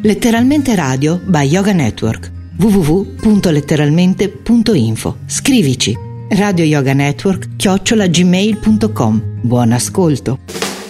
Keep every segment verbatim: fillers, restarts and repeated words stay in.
Letteralmente Radio by Yoga Network. w w w punto letteralmente punto info. Scrivici Radio Yoga Network chiocciola gmail punto com. Buon ascolto.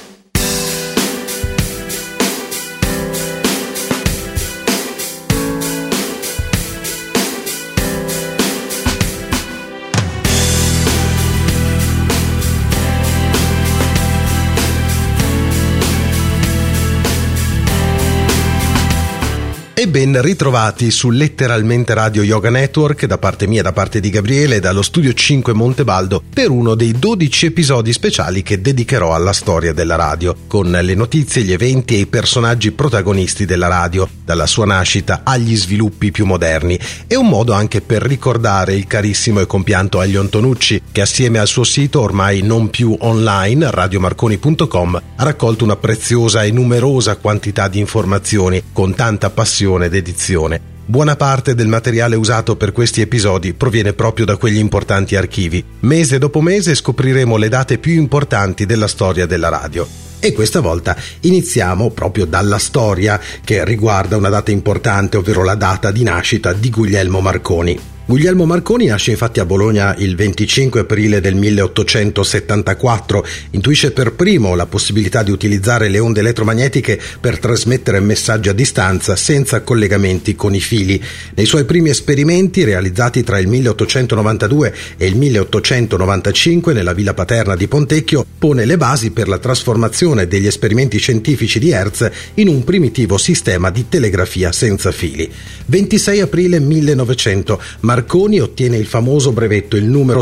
E ben ritrovati su Letteralmente Radio Yoga Network da parte mia, da parte di Gabriele, dallo studio cinque Montebaldo, per uno dei dodici episodi speciali che dedicherò alla storia della radio, con le notizie, gli eventi e i personaggi protagonisti della radio, dalla sua nascita agli sviluppi più moderni. È un modo anche per ricordare il carissimo e compianto Elio Antonucci, che assieme al suo sito ormai non più online, radio marconi punto com, ha raccolto una preziosa e numerosa quantità di informazioni con tanta passione ed edizione. Buona parte del materiale usato per questi episodi proviene proprio da quegli importanti archivi. Mese dopo mese scopriremo le date più importanti della storia della radio. E questa volta iniziamo proprio dalla storia che riguarda una data importante, ovvero la data di nascita di Guglielmo Marconi. Guglielmo Marconi nasce infatti a Bologna il venticinque aprile del milleottocentosettantaquattro, intuisce per primo la possibilità di utilizzare le onde elettromagnetiche per trasmettere messaggi a distanza senza collegamenti con i fili. Nei suoi primi esperimenti, realizzati tra il milleottocentonovantadue e il milleottocentonovantacinque nella villa paterna di Pontecchio, pone le basi per la trasformazione degli esperimenti scientifici di Hertz in un primitivo sistema di telegrafia senza fili. ventisei aprile millenovecento, Marconi ottiene il famoso brevetto, il numero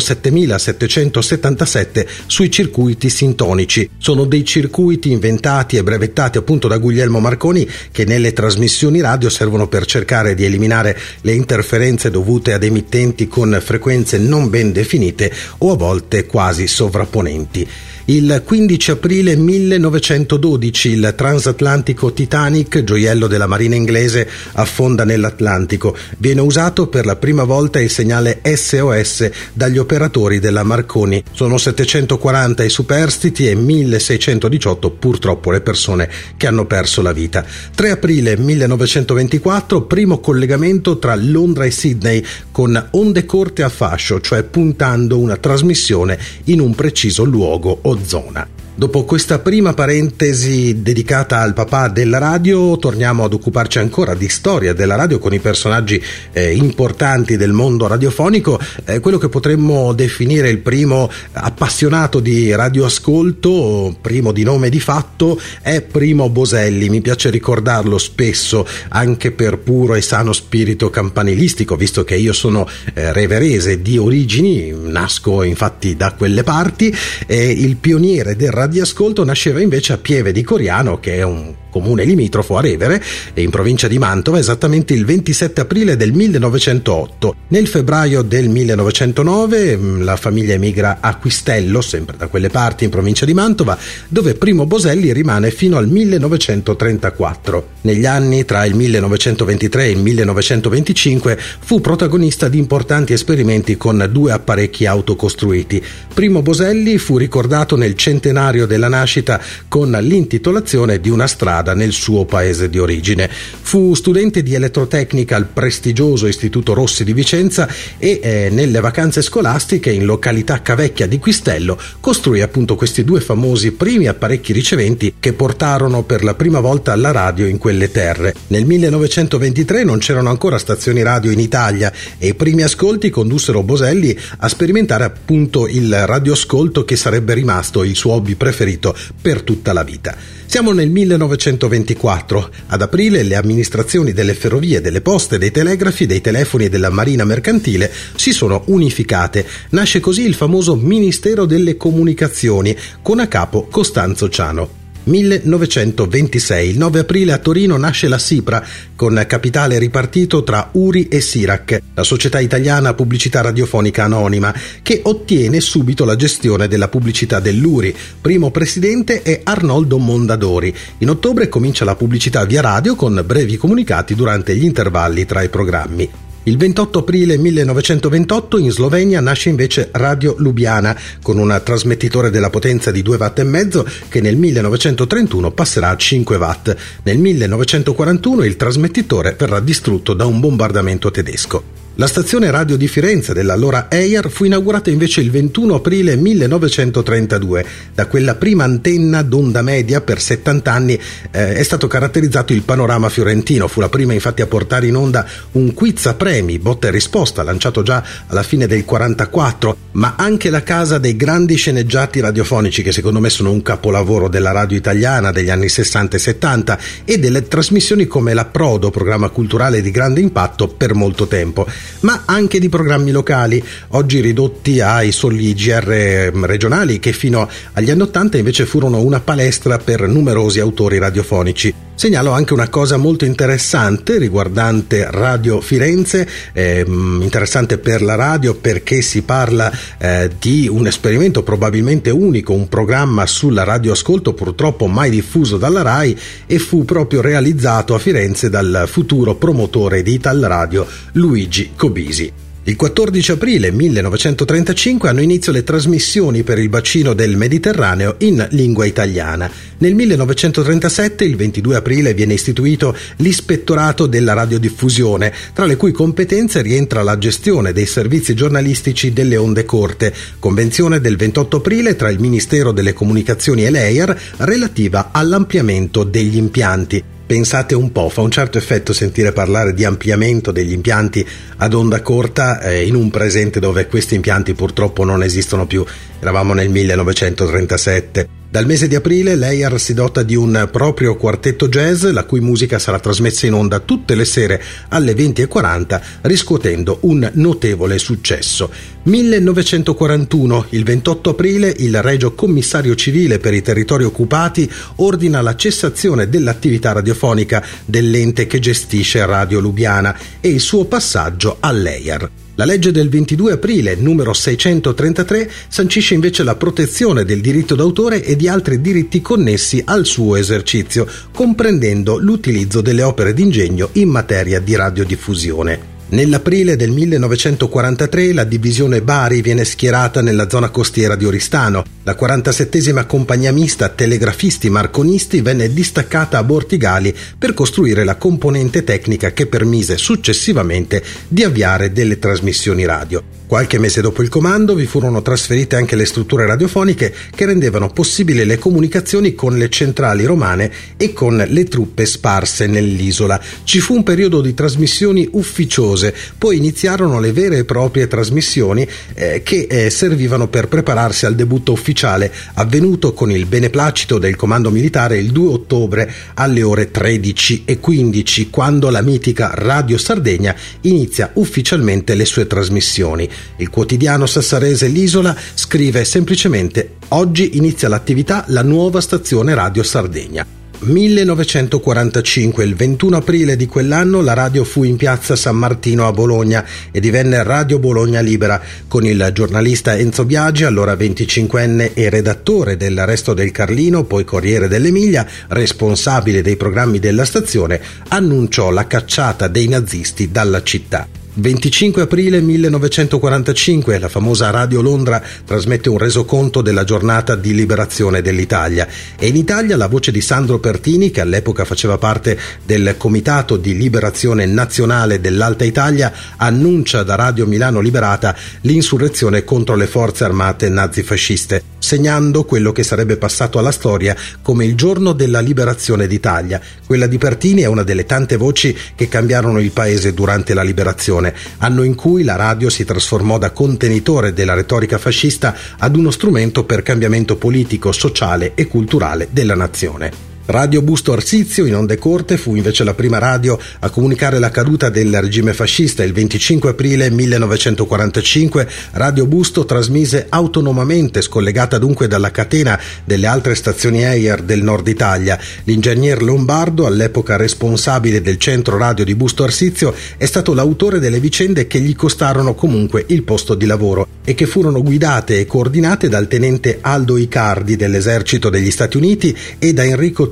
settemilasettecentosettantasette, sui circuiti sintonici. Sono dei circuiti inventati e brevettati appunto da Guglielmo Marconi che nelle trasmissioni radio servono per cercare di eliminare le interferenze dovute ad emittenti con frequenze non ben definite o a volte quasi sovrapponenti. Il quindici aprile millenovecentododici il transatlantico Titanic, gioiello della marina inglese, affonda nell'Atlantico. Viene usato per la prima volta il segnale S O S dagli operatori della Marconi. Sono settecentoquaranta i superstiti e milleseicentodiciotto purtroppo le persone che hanno perso la vita. tre aprile millenovecentoventiquattro, primo collegamento tra Londra e Sydney con onde corte a fascio, cioè puntando una trasmissione in un preciso luogo o zona. Dopo questa prima parentesi dedicata al papà della radio, torniamo ad occuparci ancora di storia della radio con i personaggi eh, importanti del mondo radiofonico, eh, quello che potremmo definire il primo appassionato di radioascolto, primo di nome di fatto, è Primo Boselli. Mi piace ricordarlo spesso anche per puro e sano spirito campanilistico, visto che io sono eh, reverese di origini, nasco infatti da quelle parti, e il pioniere del radioascolto nasceva invece a Pieve di Coriano, che è un comune limitrofo a Revere, e in provincia di Mantova, esattamente il ventisette aprile del millenovecentootto. Nel febbraio del millenovecentonove la famiglia emigra a Quistello, sempre da quelle parti in provincia di Mantova, dove Primo Boselli rimane fino al millenovecentotrentaquattro. Negli anni tra il millenovecentoventitré e il millenovecentoventicinque fu protagonista di importanti esperimenti con due apparecchi autocostruiti. Primo Boselli fu ricordato nel centenario della nascita con l'intitolazione di una strada nel suo paese di origine. Fu studente di elettrotecnica al prestigioso Istituto Rossi di Vicenza e eh, nelle vacanze scolastiche in località Cavecchia di Quistello costruì appunto questi due famosi primi apparecchi riceventi che portarono per la prima volta la radio in quelle terre. Nel millenovecentoventitré non c'erano ancora stazioni radio in Italia e i primi ascolti condussero Boselli a sperimentare appunto il radioascolto, che sarebbe rimasto il suo hobby preferito per tutta la vita. Siamo nel millenovecentoventiquattro. Ad aprile le amministrazioni delle ferrovie, delle poste, dei telegrafi, dei telefoni e della marina mercantile si sono unificate. Nasce così il famoso Ministero delle Comunicazioni, con a capo Costanzo Ciano. millenovecentoventisei. Il nove aprile a Torino nasce la SIPRA, con capitale ripartito tra Uri e Sirac, la società italiana pubblicità radiofonica anonima, che ottiene subito la gestione della pubblicità dell'Uri. Primo presidente è Arnoldo Mondadori. In ottobre comincia la pubblicità via radio con brevi comunicati durante gli intervalli tra i programmi. Il ventotto aprile millenovecentoventotto in Slovenia nasce invece Radio Lubiana, con un trasmettitore della potenza di due watt e mezzo che nel millenovecentotrentuno passerà a cinque watt. Nel millenovecentoquarantuno il trasmettitore verrà distrutto da un bombardamento tedesco. La stazione radio di Firenze dell'allora E I R fu inaugurata invece il ventuno aprile millenovecentotrentadue. Da quella prima antenna d'onda media per settanta anni eh, è stato caratterizzato il panorama fiorentino. Fu la prima infatti a portare in onda un quiz a premi, botta e risposta, lanciato già alla fine del quarantaquattro, ma anche la casa dei grandi sceneggiati radiofonici, che secondo me sono un capolavoro della radio italiana degli anni sessanta e settanta, e delle trasmissioni come l'Approdo, programma culturale di grande impatto per molto tempo, ma anche di programmi locali, oggi ridotti ai soli G R regionali, che fino agli anni ottanta invece furono una palestra per numerosi autori radiofonici. Segnalo anche una cosa molto interessante riguardante Radio Firenze, eh, interessante per la radio perché si parla eh, di un esperimento probabilmente unico, un programma sulla radioascolto purtroppo mai diffuso dalla RAI, e fu proprio realizzato a Firenze dal futuro promotore di Ital Radio Luigi Cobisi. Il quattordici aprile millenovecentotrentacinque hanno inizio le trasmissioni per il bacino del Mediterraneo in lingua italiana. Nel millenovecentotrentasette, il ventidue aprile, viene istituito l'Ispettorato della Radiodiffusione, tra le cui competenze rientra la gestione dei servizi giornalistici delle onde corte, convenzione del ventotto aprile tra il Ministero delle Comunicazioni e l'E I R relativa all'ampliamento degli impianti. Pensate un po', fa un certo effetto sentire parlare di ampliamento degli impianti ad onda corta eh, in un presente dove questi impianti purtroppo non esistono più. Eravamo nel millenovecentotrentasette. Dal mese di aprile l'E I R si dota di un proprio quartetto jazz, la cui musica sarà trasmessa in onda tutte le sere alle venti e quaranta, riscuotendo un notevole successo. millenovecentoquarantuno, il ventotto aprile, il Regio Commissario Civile per i Territori Occupati ordina la cessazione dell'attività radiofonica dell'ente che gestisce Radio Lubiana e il suo passaggio all'E I R. La legge del ventidue aprile, numero seicentotrentatré, sancisce invece la protezione del diritto d'autore e di altri diritti connessi al suo esercizio, comprendendo l'utilizzo delle opere d'ingegno in materia di radiodiffusione. Nell'aprile del millenovecentoquarantatré la divisione Bari viene schierata nella zona costiera di Oristano. La quarantasettesima compagnia mista Telegrafisti Marconisti venne distaccata a Bortigali per costruire la componente tecnica che permise successivamente di avviare delle trasmissioni radio. Qualche mese dopo il comando vi furono trasferite anche le strutture radiofoniche che rendevano possibili le comunicazioni con le centrali romane e con le truppe sparse nell'isola. Ci fu un periodo di trasmissioni ufficiose, poi iniziarono le vere e proprie trasmissioni eh, che eh, servivano per prepararsi al debutto ufficiale, avvenuto con il beneplacito del comando militare il due ottobre alle ore tredici e quindici, quando la mitica Radio Sardegna inizia ufficialmente le sue trasmissioni. Il quotidiano sassarese L'Isola scrive semplicemente: oggi inizia l'attività la nuova stazione Radio Sardegna. millenovecentoquarantacinque, il ventuno aprile di quell'anno, la radio fu in piazza San Martino a Bologna e divenne Radio Bologna Libera, con il giornalista Enzo Biagi, allora venticinquenne e redattore del Resto del Carlino, poi Corriere dell'Emilia, responsabile dei programmi della stazione, annunciò la cacciata dei nazisti dalla città. venticinque aprile millenovecentoquarantacinque, la famosa Radio Londra trasmette un resoconto della giornata di liberazione dell'Italia, e in Italia la voce di Sandro Pertini, che all'epoca faceva parte del Comitato di Liberazione Nazionale dell'Alta Italia, annuncia da Radio Milano Liberata l'insurrezione contro le forze armate nazifasciste, segnando quello che sarebbe passato alla storia come il giorno della liberazione d'Italia. Quella di Pertini è una delle tante voci che cambiarono il paese durante la liberazione, anno in cui la radio si trasformò da contenitore della retorica fascista ad uno strumento per cambiamento politico, sociale e culturale della nazione. Radio Busto Arsizio, in onde corte, fu invece la prima radio a comunicare la caduta del regime fascista. Il venticinque aprile millenovecentoquarantacinque Radio Busto trasmise autonomamente, scollegata dunque dalla catena delle altre stazioni E I R del nord Italia. L'ingegner Lombardo, all'epoca responsabile del centro radio di Busto Arsizio, è stato l'autore delle vicende che gli costarono comunque il posto di lavoro e che furono guidate e coordinate dal tenente Aldo Icardi dell'esercito degli Stati Uniti e da Enrico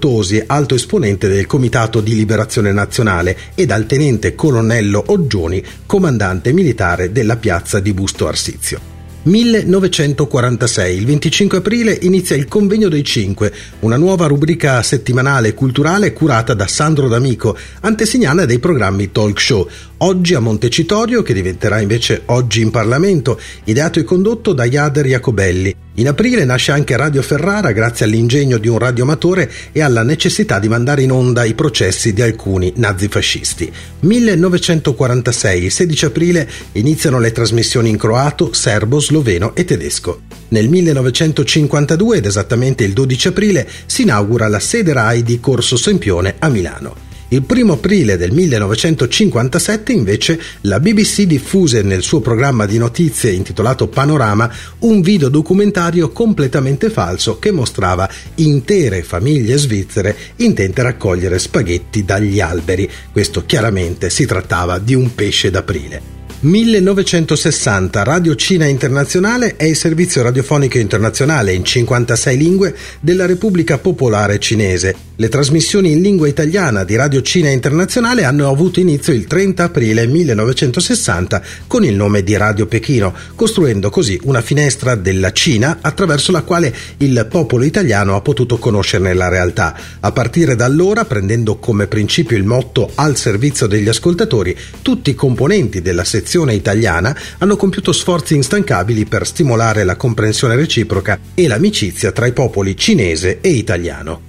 Tosi, alto esponente del Comitato di Liberazione Nazionale, e dal tenente colonnello Oggioni, comandante militare della piazza di Busto Arsizio. millenovecentoquarantasei, il venticinque aprile, inizia il Convegno dei Cinque, una nuova rubrica settimanale culturale curata da Sandro D'Amico, antesignana dei programmi talk show. Oggi a Montecitorio, che diventerà invece Oggi in Parlamento, ideato e condotto da Jader Jacobelli. In aprile nasce anche Radio Ferrara grazie all'ingegno di un radioamatore e alla necessità di mandare in onda i processi di alcuni nazifascisti. millenovecentoquarantasei, il sedici aprile, iniziano le trasmissioni in croato, serbo, sloveno e tedesco. Nel millenovecentocinquantadue, ed esattamente il dodici aprile, si inaugura la sede RAI di Corso Sempione a Milano. Il primo aprile del millenovecentocinquantasette, invece, la B B C diffuse nel suo programma di notizie intitolato Panorama un videodocumentario completamente falso che mostrava intere famiglie svizzere intente a raccogliere spaghetti dagli alberi. Questo chiaramente si trattava di un pesce d'aprile. millenovecentosessanta, Radio Cina Internazionale è il servizio radiofonico internazionale in cinquantasei lingue della Repubblica Popolare Cinese. Le trasmissioni in lingua italiana di Radio Cina Internazionale hanno avuto inizio il trenta aprile millenovecentosessanta con il nome di Radio Pechino, costruendo così una finestra della Cina attraverso la quale il popolo italiano ha potuto conoscerne la realtà. A partire da allora, prendendo come principio il motto "al servizio degli ascoltatori", tutti i componenti della sezione italiana hanno compiuto sforzi instancabili per stimolare la comprensione reciproca e l'amicizia tra i popoli cinese e italiano.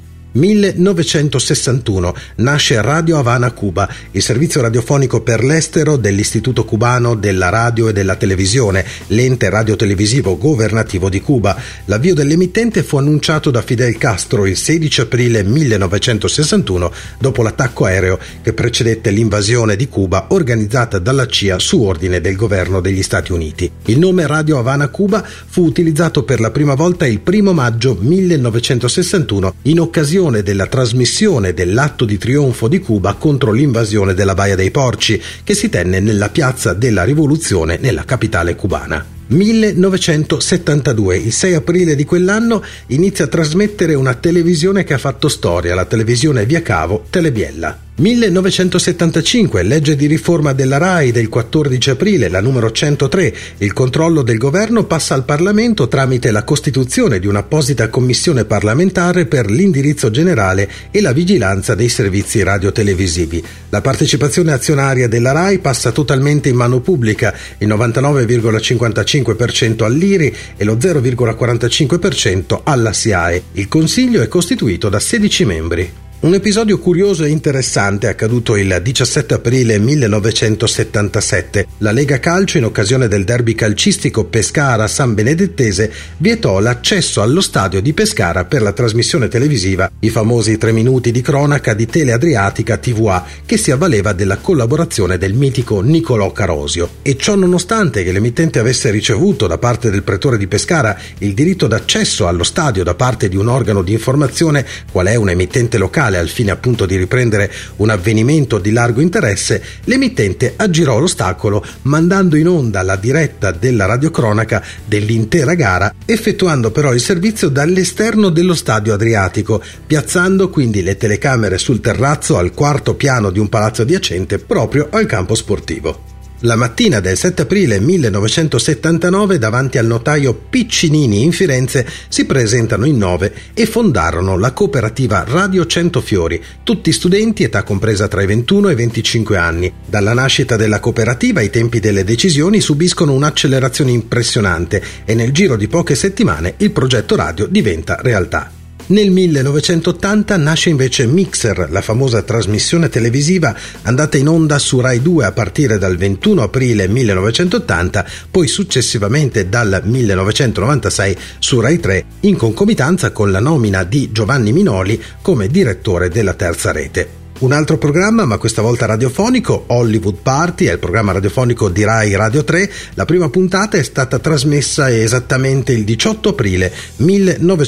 millenovecentosessantuno nasce Radio Havana Cuba, il servizio radiofonico per l'estero dell'Istituto Cubano della Radio e della Televisione, l'ente radiotelevisivo governativo di Cuba. L'avvio dell'emittente fu annunciato da Fidel Castro il sedici aprile millenovecentosessantuno, dopo l'attacco aereo che precedette l'invasione di Cuba organizzata dalla C I A su ordine del governo degli Stati Uniti. Il nome Radio Havana Cuba fu utilizzato per la prima volta il primo maggio millenovecentosessantuno in occasione della trasmissione dell'atto di trionfo di Cuba contro l'invasione della Baia dei Porci, che si tenne nella Piazza della Rivoluzione nella capitale cubana. millenovecentosettantadue, il sei aprile di quell'anno, inizia a trasmettere una televisione che ha fatto storia, la televisione via cavo Telebiella. millenovecentosettantacinque, legge di riforma della RAI del quattordici aprile, la numero centotré, il controllo del governo passa al Parlamento tramite la costituzione di un'apposita commissione parlamentare per l'indirizzo generale e la vigilanza dei servizi radiotelevisivi. La partecipazione azionaria della RAI passa totalmente in mano pubblica, il novantanove virgola cinquantacinque per cento all'I R I e lo zero virgola quarantacinque per cento alla SIAE. Il Consiglio è costituito da sedici membri. Un episodio curioso e interessante è accaduto il diciassette aprile millenovecentosettantasette. La Lega Calcio, in occasione del derby calcistico Pescara-San Benedettese, vietò l'accesso allo stadio di Pescara per la trasmissione televisiva, i famosi tre minuti di cronaca di Teleadriatica T V A, che si avvaleva della collaborazione del mitico Nicolò Carosio. E ciò nonostante che l'emittente avesse ricevuto da parte del pretore di Pescara il diritto d'accesso allo stadio da parte di un organo di informazione, qual è un emittente locale, al fine appunto di riprendere un avvenimento di largo interesse, l'emittente aggirò l'ostacolo mandando in onda la diretta della radiocronaca dell'intera gara, effettuando però il servizio dall'esterno dello stadio Adriatico, piazzando quindi le telecamere sul terrazzo al quarto piano di un palazzo adiacente proprio al campo sportivo. La mattina del sette aprile millenovecentosettantanove, davanti al notaio Piccinini in Firenze, si presentano in nove e fondarono la cooperativa Radio Centofiori, tutti studenti, età compresa tra i ventuno e i venticinque anni. Dalla nascita della cooperativa i tempi delle decisioni subiscono un'accelerazione impressionante e nel giro di poche settimane il progetto radio diventa realtà. Nel millenovecentottanta nasce invece Mixer, la famosa trasmissione televisiva andata in onda su Rai due a partire dal ventuno aprile millenovecentottanta, poi successivamente dal millenovecentonovantasei su Rai tre, in concomitanza con la nomina di Giovanni Minoli come direttore della terza rete. Un altro programma, ma questa volta radiofonico, Hollywood Party, è il programma radiofonico di Rai Radio tre. La prima puntata è stata trasmessa esattamente il diciotto aprile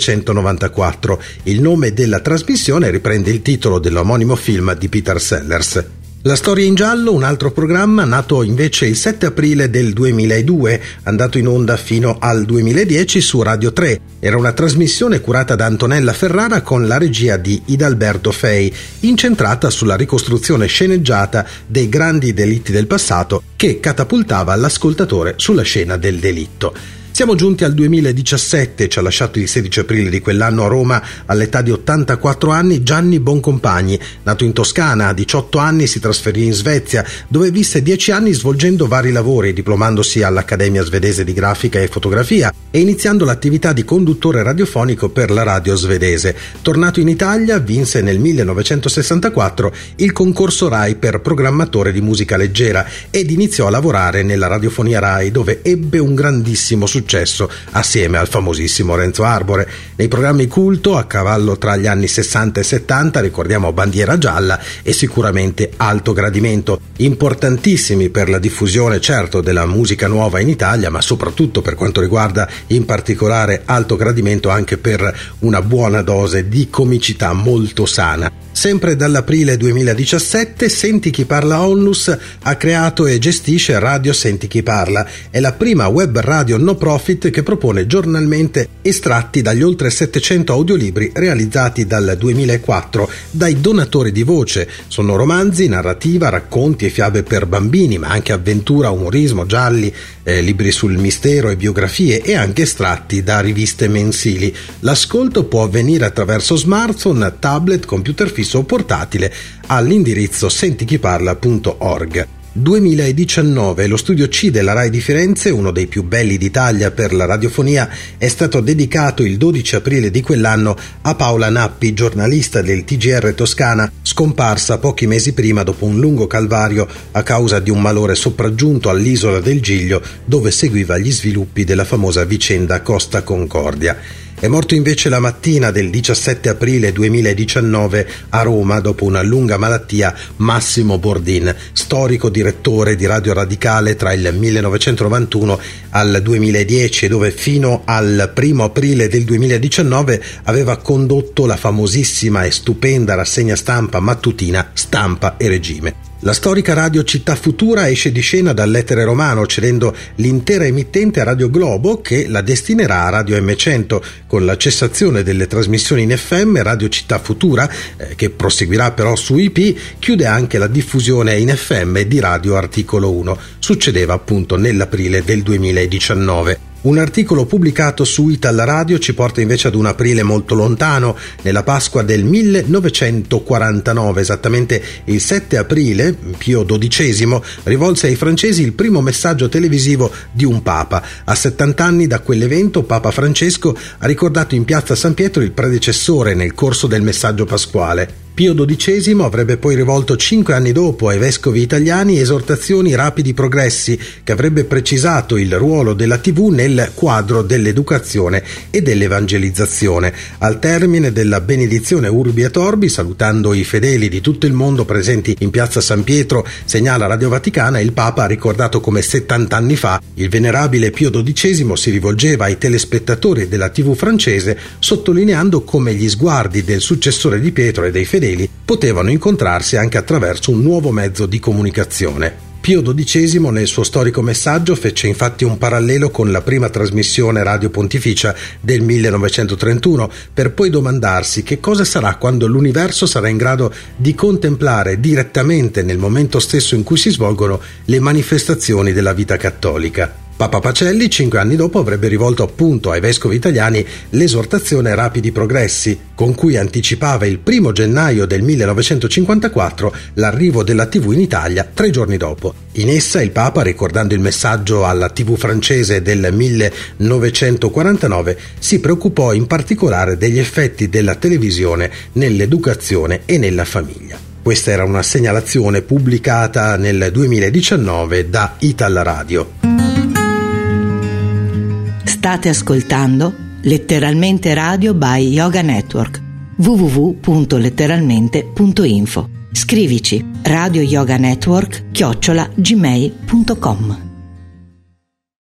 millenovecentonovantaquattro. Il nome della trasmissione riprende il titolo dell'omonimo film di Peter Sellers. La storia in giallo, un altro programma nato invece il sette aprile del duemiladue, andato in onda fino al duemiladieci su Radio tre. Era una trasmissione curata da Antonella Ferrara con la regia di Idalberto Fei, incentrata sulla ricostruzione sceneggiata dei grandi delitti del passato che catapultava l'ascoltatore sulla scena del delitto. Siamo giunti al duemiladiciassette, ci ha lasciato il sedici aprile di quell'anno a Roma all'età di ottantaquattro anni Gianni Boncompagni. Nato in Toscana, a diciotto anni si trasferì in Svezia, dove visse dieci anni svolgendo vari lavori, diplomandosi all'Accademia svedese di grafica e fotografia e iniziando l'attività di conduttore radiofonico per la radio svedese. Tornato in Italia, vinse nel millenovecentosessantaquattro il concorso Rai per programmatore di musica leggera ed iniziò a lavorare nella radiofonia Rai, dove ebbe un grandissimo successo assieme al famosissimo Renzo Arbore. Nei programmi culto a cavallo tra gli anni sessanta e settanta ricordiamo Bandiera Gialla e sicuramente Alto Gradimento, importantissimi per la diffusione certo della musica nuova in Italia, ma soprattutto per quanto riguarda in particolare Alto Gradimento anche per una buona dose di comicità molto sana. Sempre dall'aprile duemiladiciassette Senti chi parla Onlus ha creato e gestisce Radio Senti chi parla. È la prima web radio no profit che propone giornalmente estratti dagli oltre settecento audiolibri realizzati dal duemilaquattro dai donatori di voce. Sono romanzi, narrativa, racconti e fiabe per bambini, ma anche avventura, umorismo, gialli, eh, libri sul mistero e biografie e anche estratti da riviste mensili. L'ascolto può avvenire attraverso smartphone, tablet, computer fisso o portatile all'indirizzo sentichiparla punto org. duemiladiciannove Lo studio C della Rai di Firenze, uno dei più belli d'Italia per la radiofonia, è stato dedicato il dodici aprile di quell'anno a Paola Nappi, giornalista del T G R Toscana, scomparsa pochi mesi prima dopo un lungo calvario a causa di un malore sopraggiunto all'isola del Giglio, dove seguiva gli sviluppi della famosa vicenda Costa Concordia. È morto invece la mattina del diciassette aprile duemiladiciannove a Roma dopo una lunga malattia Massimo Bordin, storico direttore di Radio Radicale tra il millenovecentonovantuno al duemiladieci, dove fino al primo aprile del duemiladiciannove aveva condotto la famosissima e stupenda rassegna stampa mattutina Stampa e Regime. La storica radio Città Futura esce di scena dall'etere romano, cedendo l'intera emittente a Radio Globo, che la destinerà a Radio M cento. Con la cessazione delle trasmissioni in F M, Radio Città Futura, eh, che proseguirà però su I P, chiude anche la diffusione in F M di Radio Articolo uno. Succedeva appunto nell'aprile del duemiladiciannove. Un articolo pubblicato su Ital Radio ci porta invece ad un aprile molto lontano, nella Pasqua del millenovecentoquarantanove, esattamente il sette aprile, Pio dodicesimo rivolse ai francesi il primo messaggio televisivo di un papa. A settanta anni da quell'evento, Papa Francesco ha ricordato in piazza San Pietro il predecessore nel corso del messaggio pasquale. Pio dodicesimo avrebbe poi rivolto cinque anni dopo ai vescovi italiani esortazioni rapidi progressi, che avrebbe precisato il ruolo della tivù nel quadro dell'educazione e dell'evangelizzazione. Al termine della benedizione Urbi et Orbi, salutando i fedeli di tutto il mondo presenti in piazza San Pietro, segnala Radio Vaticana, il Papa ha ricordato come settanta anni fa il venerabile Pio dodicesimo si rivolgeva ai telespettatori della tivù francese, sottolineando come gli sguardi del successore di Pietro e dei fedeli potevano incontrarsi anche attraverso un nuovo mezzo di comunicazione. Pio dodicesimo nel suo storico messaggio fece infatti un parallelo con la prima trasmissione radio pontificia del millenovecentotrentuno, per poi domandarsi che cosa sarà quando l'universo sarà in grado di contemplare direttamente, nel momento stesso in cui si svolgono, le manifestazioni della vita cattolica. Papa Pacelli, cinque anni dopo, avrebbe rivolto appunto ai vescovi italiani l'esortazione Rapidi Progressi, con cui anticipava il primo gennaio del millenovecentocinquantaquattro l'arrivo della tivù in Italia tre giorni dopo. In essa il Papa, ricordando il messaggio alla tivù francese del millenovecentoquarantanove, si preoccupò in particolare degli effetti della televisione nell'educazione e nella famiglia. Questa era una segnalazione pubblicata nel duemiladiciannove da Ital Radio. State ascoltando Letteralmente Radio by Yoga Network. w w w punto letteralmente punto info. Scrivici radioyoganetwork chiocciola gmail punto com.